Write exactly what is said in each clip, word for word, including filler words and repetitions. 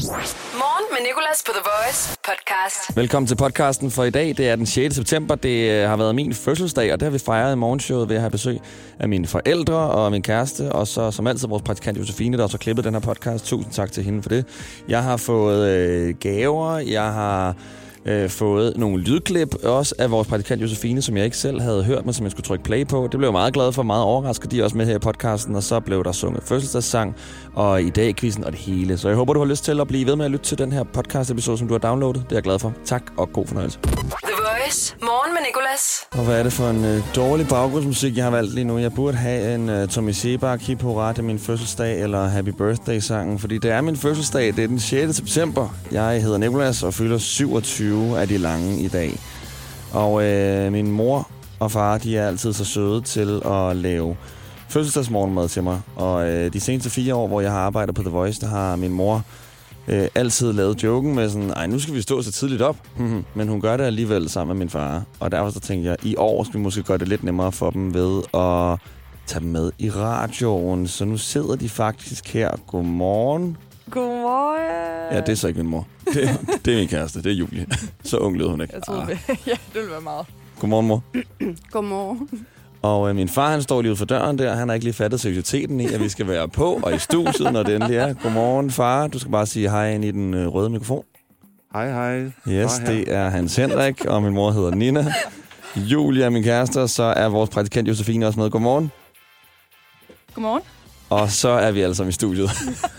Morgen med Nicolas på The Voice podcast. Velkommen til podcasten for i dag. Det er den sjette september. Det har været min fødselsdag, og det har vi fejret i morgenshowet ved at have besøg af mine forældre og min kæreste. Og så som altid vores praktikant Josefine, der også har klippet den her podcast. Tusind tak til hende for det. Jeg har fået øh, gaver. Jeg har øh, fået nogle lydklip også af vores praktikant Josefine, som jeg ikke selv havde hørt, men som jeg skulle trykke play på. Det blev jeg meget glad for, meget overrasket. De er også med her i podcasten, og så blev der sunget fødselsdagssang, og i dag quizzen og det hele. Så jeg håber, du har lyst til at blive ved med at lytte til den her podcast-episode, som du har downloadet. Det er jeg glad for. Tak, og god fornøjelse. The Voice. Morgen med Nicolas. Og hvad er det for en øh, dårlig baggrundsmusik, jeg har valgt lige nu? Jeg burde have en øh, Tommy Sebak, Hip Hurra, det er min fødselsdag, eller Happy Birthday-sangen, fordi det er min fødselsdag. Det er den sjette september. Jeg hedder Nicolas og fylder syvogtyve af de lange i dag. Og øh, min mor og far, de er altid så søde til at lave fødselsdagsmorgenmad til mig. Og øh, de seneste fire år, hvor jeg har arbejdet på The Voice, der har min mor øh, altid lavet joken med sådan, ej, nu skal vi stå så tidligt op. Men hun gør det alligevel sammen med min far. Og derfor så tænkte jeg, i år skal vi måske gøre det lidt nemmere for dem ved at tage dem med i radioen. Så nu sidder de faktisk her. Godmorgen. Godmorgen. Ja, det er så ikke min mor. Det, det er min kæreste, det er Julie. Så ung lød hun ikke. Jeg troede, ah. det. Ja, det ville være meget. Godmorgen, mor. Godmorgen. Og øh, min far, han står lige ude for døren der. Han har ikke lige fattet seriøsiteten i, at vi skal være på og i studiet, når det endelig er. Godmorgen, far. Du skal bare sige hej ind i den øh, røde mikrofon. Hej, hej. Yes, det er Hans Henrik, og min mor hedder Nina. Julie er min kæreste, og så er vores praktikant Josefine også med. Godmorgen. Godmorgen. Og så er vi alle sammen i studiet.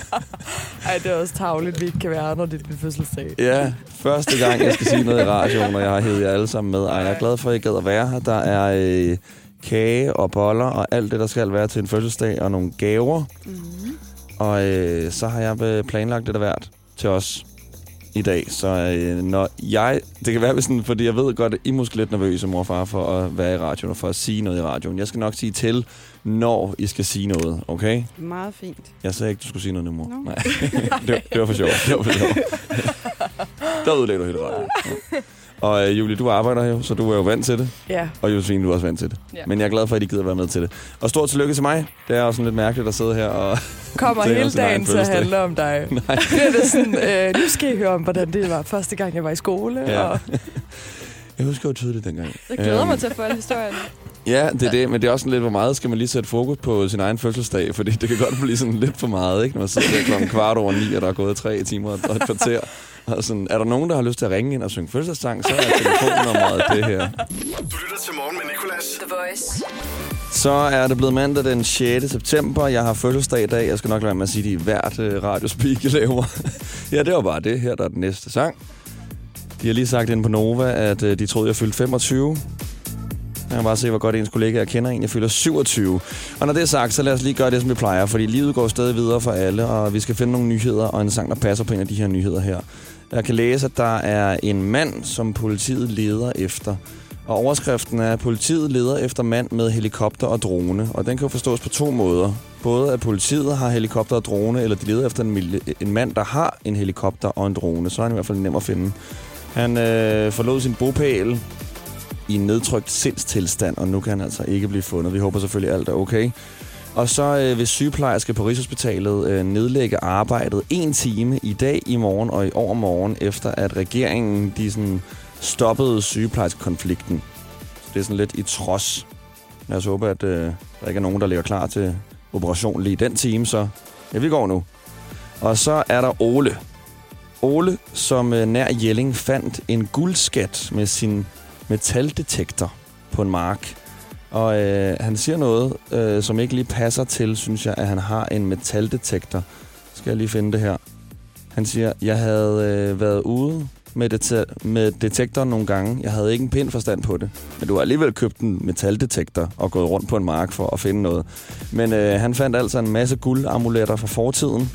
Ej, det er også tarveligt, vi ikke kan være her, når det er din fødselsdag. Ja, første gang, jeg skal sige noget i radioen, og jeg har hævet jer alle sammen med. Ej, jeg er glad for, at I gad at være her. Der er øh, kage og boller og alt det, der skal være til en fødselsdag, og nogle gaver. Mm-hmm. Og øh, så har jeg planlagt lidt af hvert til os i dag. Så øh, når jeg... Det kan være sådan, fordi jeg ved godt, at I er måske lidt nervøse, mor og far, for at være i radioen og for at sige noget i radioen. Jeg skal nok sige til, når I skal sige noget, okay? Meget fint. Jeg sagde ikke, du skulle sige noget nu, mor. No. Nej, det, det var for sjovt. Det var for sjovt. Der udlægger du hele radioen. Ja. Og øh, Julie, du arbejder her, så du er jo vant til det. Ja. Og Josefine, du er også vant til det. Ja. Men jeg er glad for, at I gider være med til det. Og stort tillykke til mig. Det er også sådan lidt mærkeligt at sidde her og... Kommer hele dagen til at handle om dig. Nej. Det er det sådan, øh, nu skal I høre om, hvordan det var første gang, jeg var i skole. Ja. Og... Jeg husker jo tydeligt dengang. Jeg glæder mig til at få alle historien. Ja, det er det, men det er også sådan lidt, hvor meget skal man lige sætte fokus på sin egen fødselsdag, fordi det kan godt blive sådan lidt for meget, ikke? Når man sidder der klokken kvart over ni, og der er gået tre timer og et kvarter. Og sådan, er der nogen, der har lyst til at ringe ind og synge fødselsdagssang, så er telefonnummeret det her. Du lytter til Morgen med Nicolas. The Voice. Så er det blevet mandag den sjette september. Jeg har fødselsdag i dag. Jeg skal nok lade være med at sige det i hvert uh, radiospeak, jeg laver. Ja, det var bare det. Her der er den næste sang. De har lige sagt inde på Nova, at uh, de troede, jeg fyldte femogtyve. Jeg kan bare se, hvor godt ens kollegaer kender en. Jeg fylder syvogtyve. Og når det er sagt, så lad os lige gøre det, som vi plejer. Fordi livet går stadig videre for alle, og vi skal finde nogle nyheder og en sang, der passer på en af de her nyheder her. Jeg kan læse, at der er en mand, som politiet leder efter. Og overskriften er, at politiet leder efter mand med helikopter og drone. Og den kan jo forstås på to måder. Både at politiet har helikopter og drone, eller de leder efter en, en mand, der har en helikopter og en drone. Så er han i hvert fald nem at finde. Han øh, forlod sin bopæl i en nedtrykt sindstilstand, og nu kan han altså ikke blive fundet. Vi håber selvfølgelig, alt er okay. Og så øh, vil sygeplejerske på Rigshospitalet øh, nedlægge arbejdet en time i dag, i morgen og i overmorgen, efter at regeringen de sådan, stoppede sygeplejerskekonflikten. Så det er sådan lidt i trods. Lad os håbe, at øh, der ikke er nogen, der ligger klar til operation lige den time, så ja, vi går nu. Og så er der Ole. Ole, som øh, nær Jelling fandt en guldskat med sin metaldetektor på en mark. Og øh, han siger noget, øh, som ikke lige passer til, synes jeg, at han har en metaldetektor. Skal jeg lige finde det her. Han siger, jeg havde øh, været ude med, det med detektoren nogle gange. Jeg havde ikke en pind forstand på det. Men du har alligevel købt en metaldetektor og gået rundt på en mark for at finde noget. Men øh, han fandt altså en masse guldamuletter fra fortiden.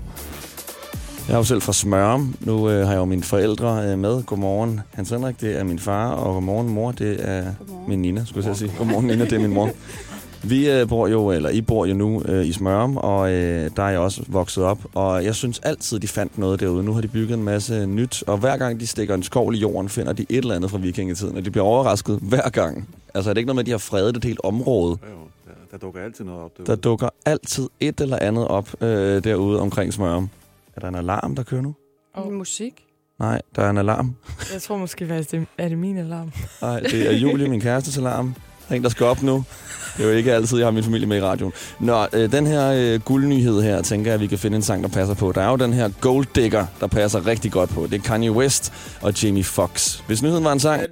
Jeg er jo selv fra Smørum. Nu øh, har jeg jo mine forældre øh, med. Godmorgen, Hans Henrik, det er min far. Og godmorgen, mor, det er godmorgen. Min Nina, skulle jeg sige. Godmorgen, Nina, det er min mor. Vi øh, bor jo, eller I bor jo nu øh, i Smørum, og øh, der er jeg også vokset op. Og jeg synes altid, de fandt noget derude. Nu har de bygget en masse nyt, og hver gang de stikker en skovl i jorden, finder de et eller andet fra vikingetiden, og de bliver overrasket hver gang. Altså er det ikke noget med, at de har fredet et helt område? Jo, der, der dukker altid noget op. Derude. Der dukker altid et eller andet op øh, derude omkring Smørum. Er der en alarm, der kører nu? Og musik? Nej, der er en alarm. Jeg tror måske faktisk, det er det min alarm. Nej, det er Julie, min kærestes alarm. Der er en, der skal op nu. Det er jo ikke altid, jeg har min familie med i radioen. Nå, øh, den her øh, guldnyhed her, tænker jeg, at vi kan finde en sang, der passer på. Der er jo den her Gold Digger, der passer rigtig godt på. Det er Kanye West og Jamie Foxx. Hvis nyheden var en sang...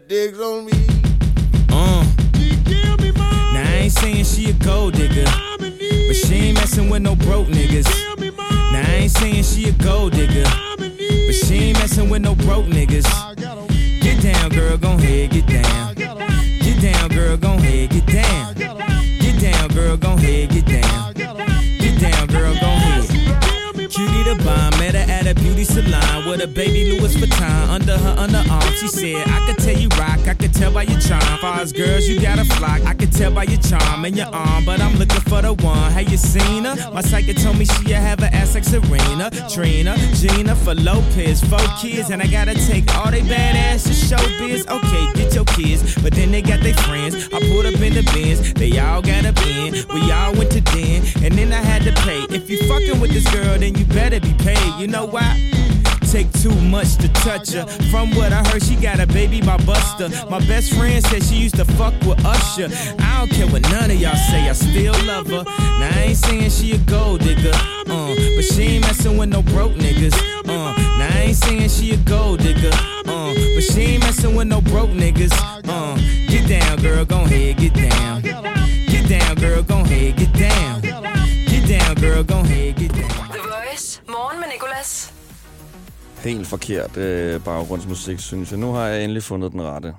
Uh. Now I ain't saying she a gold digger, but she ain't messing with no broke niggas. Now I ain't saying she a gold digger, but she ain't messing with no broke niggas. Get down, girl, gon' ahead, get down. Get down, girl, gon' ahead, get down. Get down, girl, gon' ahead, get down. Get down, girl, gon' ahead. Cutie the bomb, met her at a beauty salon with a baby Louis Vuitton under her underarm. She said, I could tell you rock, I could tell by your charm. Far as girls, you got a flock, I could tell by your charm and your arm. But I'm looking for the one, have you seen her? My psychic told me she'll have an ass like Serena, Trina, Gina, for Lopez, four kids. And I gotta take all they badass to showbiz. Okay, get your kids, but then they got their friends. I pulled up in the Benz, they all got a bin. We all went to den, and then I had to pay. If you fucking with this girl, then you better be paid. You know why? Take too much to touch her. From what I heard, she got a baby by Buster. My best friend said she used to fuck with Usher. I don't care what none of y'all say, I still love her. Now I ain't saying she a gold digger, uh, but she ain't messing with no broke niggas. Uh, now I ain't saying she a gold digger, uh, but she ain't messing with no broke niggas. Uh, get down, girl, gon' ahead, get down. Get down, girl, gon' ahead, get down. Get down, girl, gon' ahead, get down. The Voice. Morgen med Nicolas. Helt forkert øh, baggrundsmusik, synes jeg. Nu har jeg endelig fundet den rette.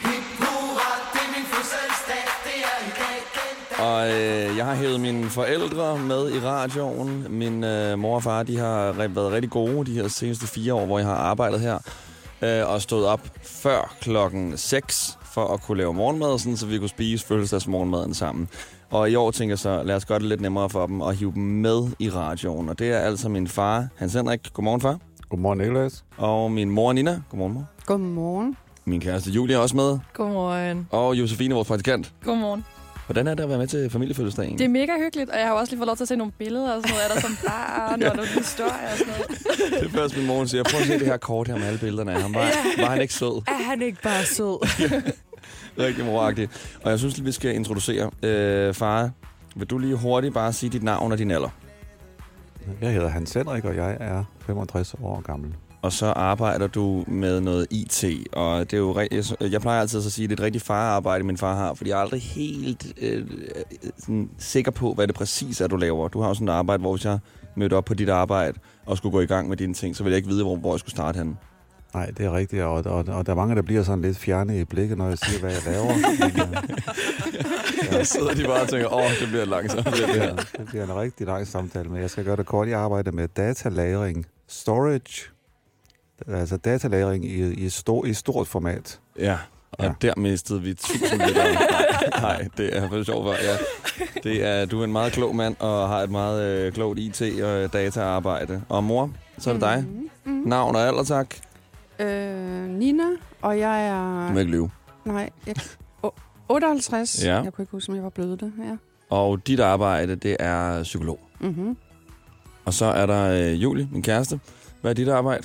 Og øh, jeg har hævet mine forældre med i radioen. Min øh, mor og far, de har været rigtig gode de her seneste fire år, hvor jeg har arbejdet her. Øh, og stået op før klokken seks for at kunne lave morgenmad, sådan, så vi kunne spise fødselsdagsmorgenmaden sammen. Og i år tænker jeg så, lad os gøre det lidt nemmere for dem at hive dem med i radioen. Og det er altså min far, Hans Henrik. Godmorgen, far. Godmorgen, Nicolas. Og min mor, Nina. Godmorgen, mor. Godmorgen. Min kæreste Julie er også med. Godmorgen. Og Josefine, vores praktikant. Godmorgen. Hvordan er det at være med til familiefødselsdagen? Det er mega hyggeligt, og jeg har også lige fået lov til at se nogle billeder og sådan noget. Er der som barn og nogle historier og sådan noget. Det er først min mor siger, prøv at se det her kort her med alle billederne af ham. Var, var han ikke sød? Er han ikke bare sød? Rigtig moragtigt. Og jeg synes, at vi skal introducere øh, far. Vil du lige hurtigt bare sige dit navn og din alder? Jeg hedder Hans Henrik, og jeg er femogtres år gammel. Og så arbejder du med noget I T, og det er jo jeg, jeg plejer altid at sige, at det er et rigtigt fararbejde, min far har, fordi jeg er aldrig helt øh, sådan, sikker på, hvad det præcis er, du laver. Du har jo sådan et arbejde, hvor hvis jeg mødte op på dit arbejde og skulle gå i gang med dine ting, så ville jeg ikke vide, hvor, hvor jeg skulle starte henne. Nej, det er rigtigt, og, og, og der er mange, der bliver sådan lidt fjerne i blikket, når jeg siger, hvad jeg laver. Ja, så sidder de bare og tænker, åh, det bliver langsomt. Det, ja, det bliver en rigtig lang samtale, men jeg skal gøre det kort. Jeg arbejder med datalagring, storage, altså datalagring i, i, stor, i stort format. Ja, og ja. Der mistede vi tusind lidt. Nej, det er for sjovt. Ja. Det er, du er en meget klog mand og har et meget øh, klogt I T- og dataarbejde. Og mor, så er det dig. Mm-hmm. Navn og alder, tak. Øh, Nina, og jeg er... Du må ikke lyve. Nej, jeg... otteoghalvtreds. Ja. Jeg kunne ikke huske, om jeg var blevet det. Ja. Og dit arbejde, det er psykolog. Mm-hmm. Og så er der øh, Julie, min kæreste. Hvad er dit arbejde?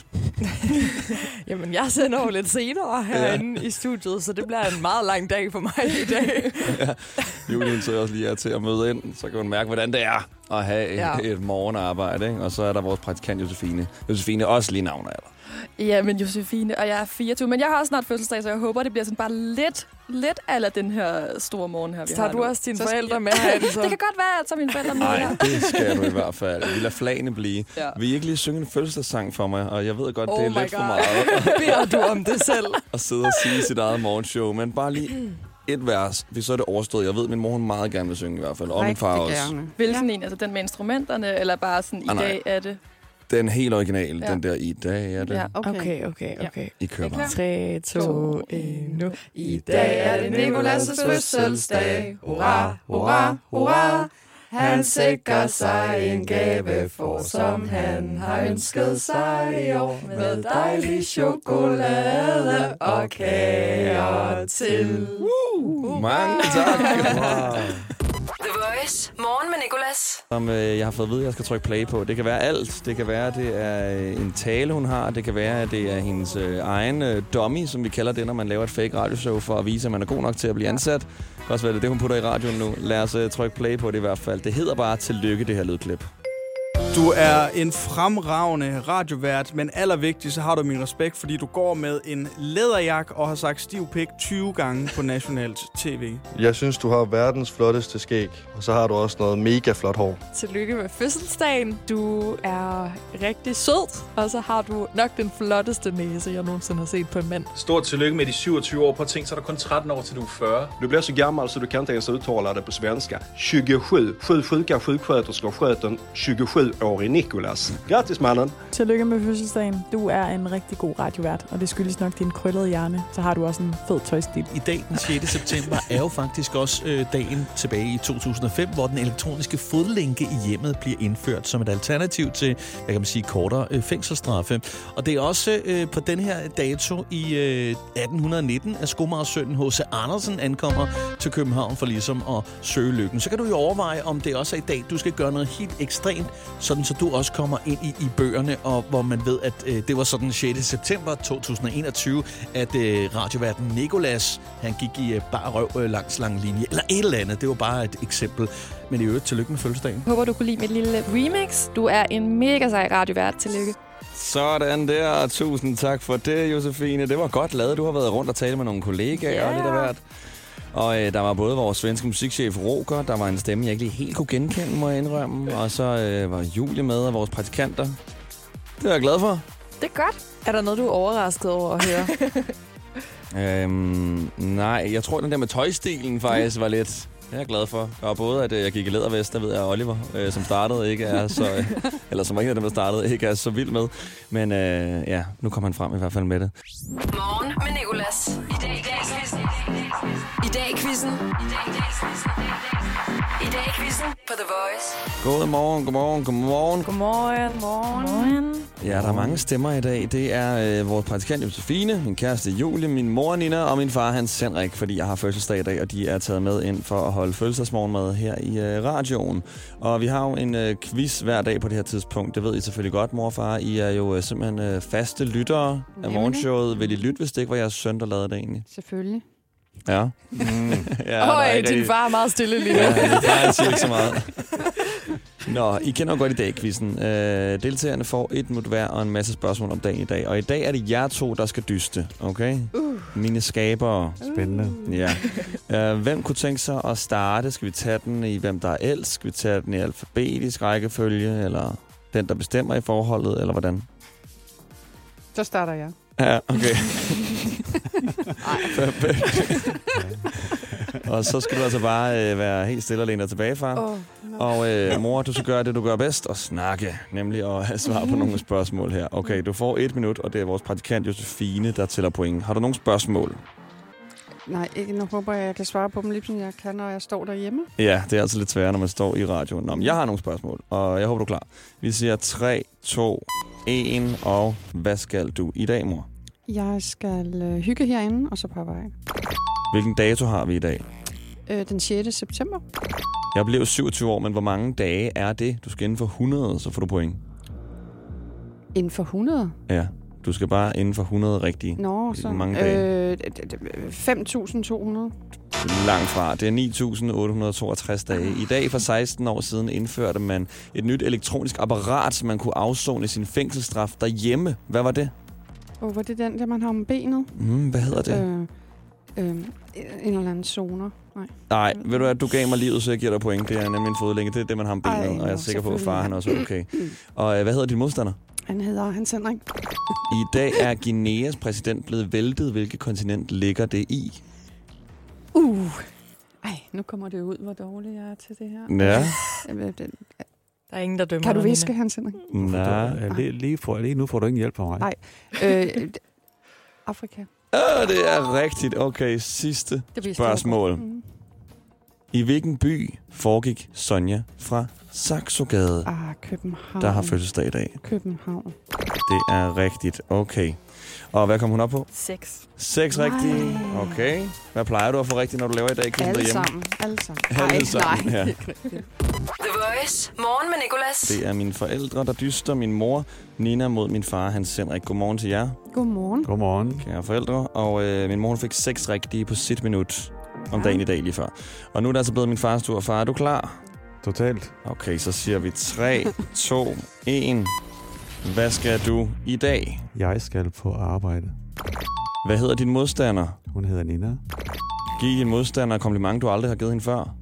Jamen, jeg sender jo lidt senere herinde ja. i studiet, så det bliver en meget lang dag for mig i dag. Ja. Julie sidder også lige her til at møde ind, så kan hun mærke, hvordan det er at have ja. et, et morgenarbejde. Ikke? Og så er der vores praktikant Josefine. Josefine er også lige navn af dig. Ja, men Josefine, og jeg er fireogtyve. Men jeg har også snart fødselsdag, så jeg håber, det bliver sådan bare lidt, lidt ala den her store morgen her, vi så har har du nu. også dine så forældre med herinde, så? Det kan godt være, at så mine forældre med Nej, her. det skal du i hvert fald. Vi lader flagene blive. Ja. Vil I ikke lige synge en fødselsdagssang for mig? Og jeg ved godt, oh det er lidt God. for meget. Beder du om det selv? At sidde og sige sit eget morgenshow. Men bare lige et vers, hvis så er det overstået. Jeg ved, min mor hun meget gerne vil synge i hvert fald. Og min far også. Gerne. Hvilken ja. en? Altså den med instrumenterne, eller bare sådan, ah, i dag er det? Den helt original, ja. den der i dag er det. Ja, okay, okay, okay. okay. I kører bare. tre, to, et, nu. I dag er det Nicolas' fødselsdag. Hurra, hurra, hurra. Han sikrer sig en gave, for som han har ønsket sig i år. Med dejlig chokolade og kager til. Uh, mange tak. Wow. The Voice. Morgen Morgen med Nicolas. Som øh, jeg har fået at vide, at jeg skal trykke play på. Det kan være alt. Det kan være, at det er øh, en tale, hun har. Det kan være, at det er hendes øh, egen øh, dummy, som vi kalder det, når man laver et fake radioshow for at vise, at man er god nok til at blive ansat. Det kan også være, det, det hun putter i radioen nu. Lad os øh, trykke play på det i hvert fald. Det hedder bare tillykke, det her lydklip. Du er en fremragende radiovært, men allervigtigst så har du min respekt, fordi du går med en læderjakke og har sagt stiv pik tyve gange på nationalt tv. Jeg synes, du har verdens flotteste skæg, og så har du også noget mega flot hår. Tillykke med fødselsdagen. Du er rigtig sød, og så har du nok den flotteste næse, jeg nogensinde har set på en mand. Stort tillykke med de syvogtyve år. Prøv at tænke, så er der kun tretten år til du er fyrre. Du bliver så gammal så du kan inte ens uttala det på svenska. tjugosju. Sju sjuka sjuksköterskor sköt en tjugosju-årig Nicolas. Grattis, mannen. Tillykke med fødselsdagen. Du er en rigtig god radiovært, og det skyldes nok din krøllede hjerne. Så har du også en fed tøjstil. I dag, den sjette september, er jo faktisk også øh, dagen tilbage i to tusind og fem, hvor den elektroniske fodlænke i hjemmet bliver indført som et alternativ til, hvad kan man sige, kortere øh, fængselsstraffe. Og det er også øh, på den her dato i øh, atten nitten, at skomagersønnen H C Andersen ankommer til København for ligesom at søge lykken. Så kan du jo overveje, om det også er i dag, du skal gøre noget helt ekstremt, sådan så du også kommer ind i, i bøgerne, og hvor man ved, at øh, det var sådan sjette september to tusind og enogtyve, at øh, radioværten Nicolas, han gik i øh, bare røv øh, langs lang linje, eller et eller andet. Det var bare et eksempel. Men i øvrigt, tillykke med fødselsdagen. Håber, du kunne lide mit lille remix. Du er en mega sej radiovært. Tillykke. Sådan der. Tusind tak for det, Josefine. Det var godt lavet. Du har været rundt og tale med nogle kollegaer yeah. og lidt af hvert. Og øh, der var både vores svenske musikchef Roger, der var en stemme, jeg ikke lige helt kunne genkende, må jeg indrømme. Og så øh, var Julie med, og vores praktikanter. Det er jeg glad for. Det er godt. Er der noget, du er overrasket over at høre? øhm, nej, jeg tror, den der med tøjstilen faktisk var lidt... Jeg er glad for. Og både, at øh, jeg gik i lædervest, der ved jeg, at Oliver, øh, som startede, ikke er så... Øh, eller som var en af dem, der startede, ikke er så vild med. Men øh, ja, nu kommer han frem i hvert fald med det. Morgen med Nicolas. I dag i quizzen. I dag i quizzen. I dag i quizzen på The Voice. Godmorgen, godmorgen, godmorgen. Godmorgen, morgen. Ja, der er mange stemmer i dag. Det er øh, vores praktikant Josefine, min kæreste Julie, min mor Nina og min far Hans Henrik, fordi jeg har fødselsdag i dag, og de er taget med ind for at holde fødselsdagsmorgenmad her i øh, radioen. Og vi har jo en øh, quiz hver dag på det her tidspunkt. Det ved I selvfølgelig godt, mor og far. I er jo øh, simpelthen øh, faste lyttere af morgenshowet. Vil I lytte, hvis det ikke var jeres søn, der lavede det egentlig? Selvfølgelig. Ja. Mm. ja Øj, din rigtig... far er meget stille lige nu. Ja, din far han siger ikke så meget. Nå, I kender jo godt i dag quizzen. Øh, deltagerne får et minut hver og en masse spørgsmål om dagen i dag. Og i dag er det jer to, der skal dyste, okay? Uh. Mine skabere. Spændende. Ja. Øh, hvem kunne tænke sig at starte? Skal vi tage den i hvem der er ældst? Skal vi tage den i alfabetisk rækkefølge? Eller den, der bestemmer i forholdet? Eller hvordan? Så starter jeg. Ja, okay. Og så skal du altså bare øh, være helt stille og læne dig tilbage, far. Oh, no. Og øh, mor, du skal gøre det, du gør bedst, og snakke. Nemlig at have svar på nogle spørgsmål her. Okay, du får et minut, og det er vores praktikant Josefine, der tæller point. Har du nogle spørgsmål? Nej, ikke. Nu håber jeg, jeg kan svare på dem lige som jeg kan, når jeg står derhjemme. Ja, det er altså lidt sværere, når man står i radioen. Nå, men jeg har nogle spørgsmål, og jeg håber, du er klar. Vi siger tre, to, et, og hvad skal du i dag, mor? Jeg skal øh, hygge herinde, og så på vej. Hvilken dato har vi i dag? Øh, den sjette september. Jeg blev syvogtyve år, men hvor mange dage er det? Du skal inden for hundrede, så får du point. Inden for hundrede? Ja, du skal bare inden for hundrede rigtige. Nå, så... mange dage? Øh, fem tusind to hundrede. Langt fra. Det er ni tusind otte hundrede og toogtres dage. I dag for seksten år siden indførte man et nyt elektronisk apparat, så man kunne afsone sin fængselsstraf derhjemme. Hvad var det? Og var det den, der man har om benet? Mm, hvad hedder det? Øh, øh, en eller anden zoner. Nej. Nej, ved du at du gav mig livet, så jeg giver dig point. Det er nemlig en fodlænke. Det er det, man har om benet, Ej, og jeg er sikker på, at far han også er okay. Og øh, hvad hedder din modstander? Han hedder Hans Henrik. I dag er Guineas præsident blevet væltet. Hvilket kontinent ligger det i? Uh. Ej, nu kommer det ud, hvor dårlig jeg er til det her. Ja. Der er ingen, der dømmer. Kan du viske, Hans Henrik? Nej. Lige, lige, for, lige nu får du ingen hjælp fra mig. Nej. Øh, Afrika. Ah, det er rigtigt. Okay, sidste spørgsmål. Mm. I hvilken by foregik Sonja fra Saxogade, ah, København. der har fødselsdag i dag? København. Det er rigtigt. Okay. Og hvad kom hun op på? Seks. Seks rigtige. Okay. Hvad plejer du at få rigtigt, når du laver i dag? Kim, Alle derhjemme? sammen. Alle sammen. Alle sammen, nej. ja. The Voice. Morgen med Nicolas. Det er mine forældre, der dyster. Min mor, Nina, mod min far, Hans Henrik. Godmorgen til jer. Godmorgen. Godmorgen. Kære forældre. Og øh, min mor fik seks rigtige på sit minut om dagen i dag lige før. Og nu er det altså blevet min fars tur. Far, er du klar? Totalt. Okay, så siger vi tre, to, et. Hvad skal du i dag? Jeg skal på arbejde. Hvad hedder din modstander? Hun hedder Nina. Giv din modstander et kompliment, du aldrig har givet hende før.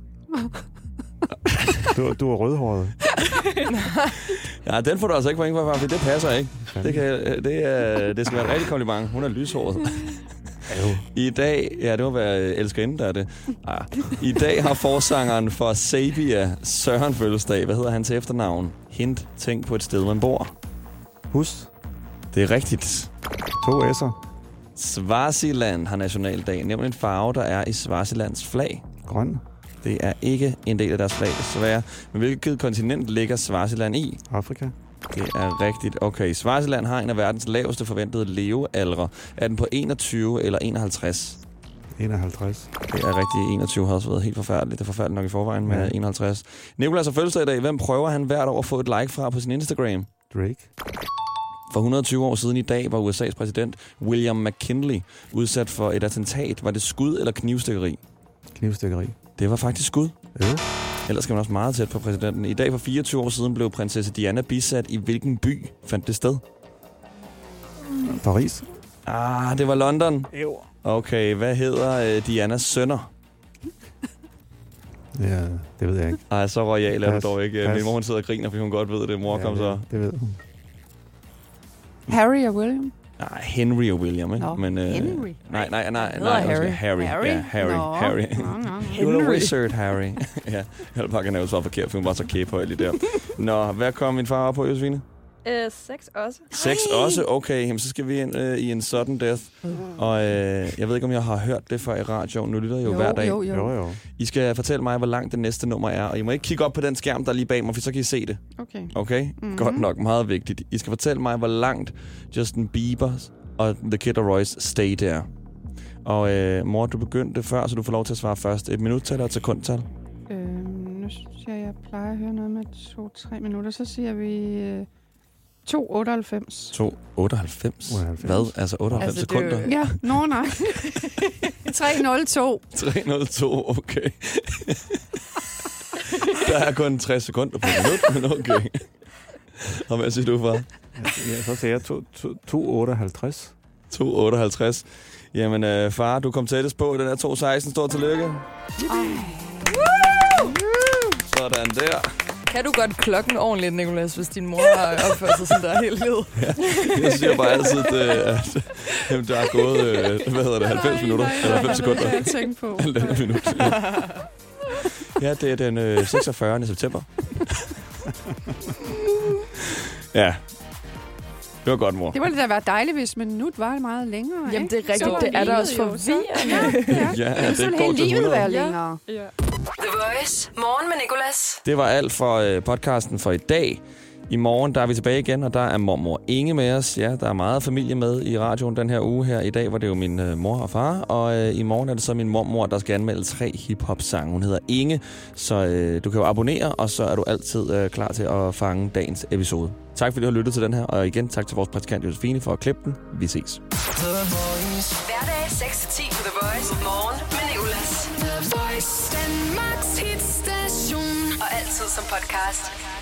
Du, du er rødhåret. Ja, den får du altså ikke point for, for det passer ikke. Det, kan, det, er, det skal være et rigtigt kompliment. Hun er lyshåret. I dag, ja, det må være elskerinde, der er det. Ah. I dag har forsangeren for Sabia Søren fødselsdag. Hvad hedder han til efternavn? Hint, tænk på et sted, man bor. Hus. Det er rigtigt. To S'er. Swaziland har nationaldag. Nævn en farve, der er i Swazilands flag. Grøn. Det er ikke en del af deres flag, desværre. Men hvilket kontinent ligger Swaziland i? Afrika. Det er rigtigt. Okay, Swaziland har en af verdens laveste forventede levealdre. Er den på enogtyve eller enoghalvtreds? enoghalvtreds. Det er rigtigt. enogtyve har også været helt forfærdeligt. Det er forfærdeligt nok i forvejen med ja. enoghalvtreds. Nicolas har fødselsdag i dag. Hvem prøver han hvert år at få et like fra på sin Instagram? Drake. For et hundrede og tyve år siden i dag var U S A's præsident William McKinley udsat for et attentat. Var det skud eller knivstikkeri? Knivstikkeri. Det var faktisk skud. Ja. Ellers skal man også meget tæt på præsidenten. I dag for fireogtyve år siden blev prinsesse Diana bisat. I hvilken by fandt det sted? Paris. Ah, det var London. Jo. Okay, hvad hedder øh, Dianas sønner? Ja, det ved jeg ikke. Ej, så royal er du dog ikke. Pas. Min mor hun sidder og griner, fordi hun godt ved det. Mor, ja, kom det, så. Det ved hun. Harry og William. Nej, Henry og William, ikke? Nå, Men, øh, Henry. Nej, nej, nej. Hedder nej Harry. Harry. Harry? Ja, Harry. Nå. Harry. Nå, nå. You're a wizard, Harry. Ja, jeg bare kan nævne så forkert, for hun var så kæphøj lige der. Nå, hvad kom min far op på, Josefine? Øh, seks også. Seks også? Okay, jamen, så skal vi ind øh, i en sudden death. Og øh, jeg ved ikke, om jeg har hørt det før i radioen. Nu lytter jeg jo, Jo, hver dag. jo, jo. Jo, jo. I skal fortælle mig, hvor langt det næste nummer er. Og I må ikke kigge op på den skærm, der er lige bag mig, for så kan I se det. Okay. Okay? Mhm. Godt nok. Meget vigtigt. I skal fortælle mig, hvor langt Justin Bieber og The Kid Laroi Stay der. Og øh, mor, du begyndte før, så du får lov til at svare først. Et minuttal eller et sekundtal? Øhm, nu synes jeg, jeg plejer at høre noget med to-tre minutter. Så siger vi øh, to otteoghalvfems. to otteoghalvfems? otteoghalvfems. Hvad? Altså otteoghalvfems Altså, sekunder? det er jo- Ja, nå nej. tre nul to. tre nul to, okay. Der er kun tres sekunder på minut, men okay. Og hvad siger du, far? Ja, så siger jeg to otteoghalvtreds. to otteoghalvtreds. Jamen, øh, far, du kom tættest på. Den er to seksten. Stort tillykke. Sådan der. Kan du godt klokken ordentligt, Nicolas, hvis din mor har opført sig sådan der helt livet? Ja, jeg siger bare altid, at, at jamen, der er gået, øh, hvad hedder det, halvfems minutter? nej, Eller halvfems sekunder? Det jeg tænke på. Halvandet minut. Ja. Ja, det er den øh, seksogfyrrende september. Ja. Det var godt, mor. Det ville da være dejligt, hvis minut var meget længere. Jamen, ikke? det er rigtigt. Så var Det er da livet også jo så- forvirrende. Ja, ja. Ja, Ellers det ville går hele til livet hundrede. være længere. Ja. The Voice. Morgen med Nicolas. Det var alt for øh, podcasten for i dag. I morgen der er vi tilbage igen, og der er mormor Inge med os. Ja, der er meget familie med i radioen den her uge her. I dag var det jo min øh, mor og far, og øh, i morgen er det så min mormor, der skal anmelde tre hiphop-sange. Hun hedder Inge, så øh, du kan jo abonnere, og så er du altid øh, klar til at fange dagens episode. Tak fordi du har lyttet til den her, og igen tak til vores praktikant Josefine for at klippe den. Vi ses. Hverdag seks til ti på The Voice. Morgen med Nicolas. The Voice. Danmarks hitstation. Og altid som podcast.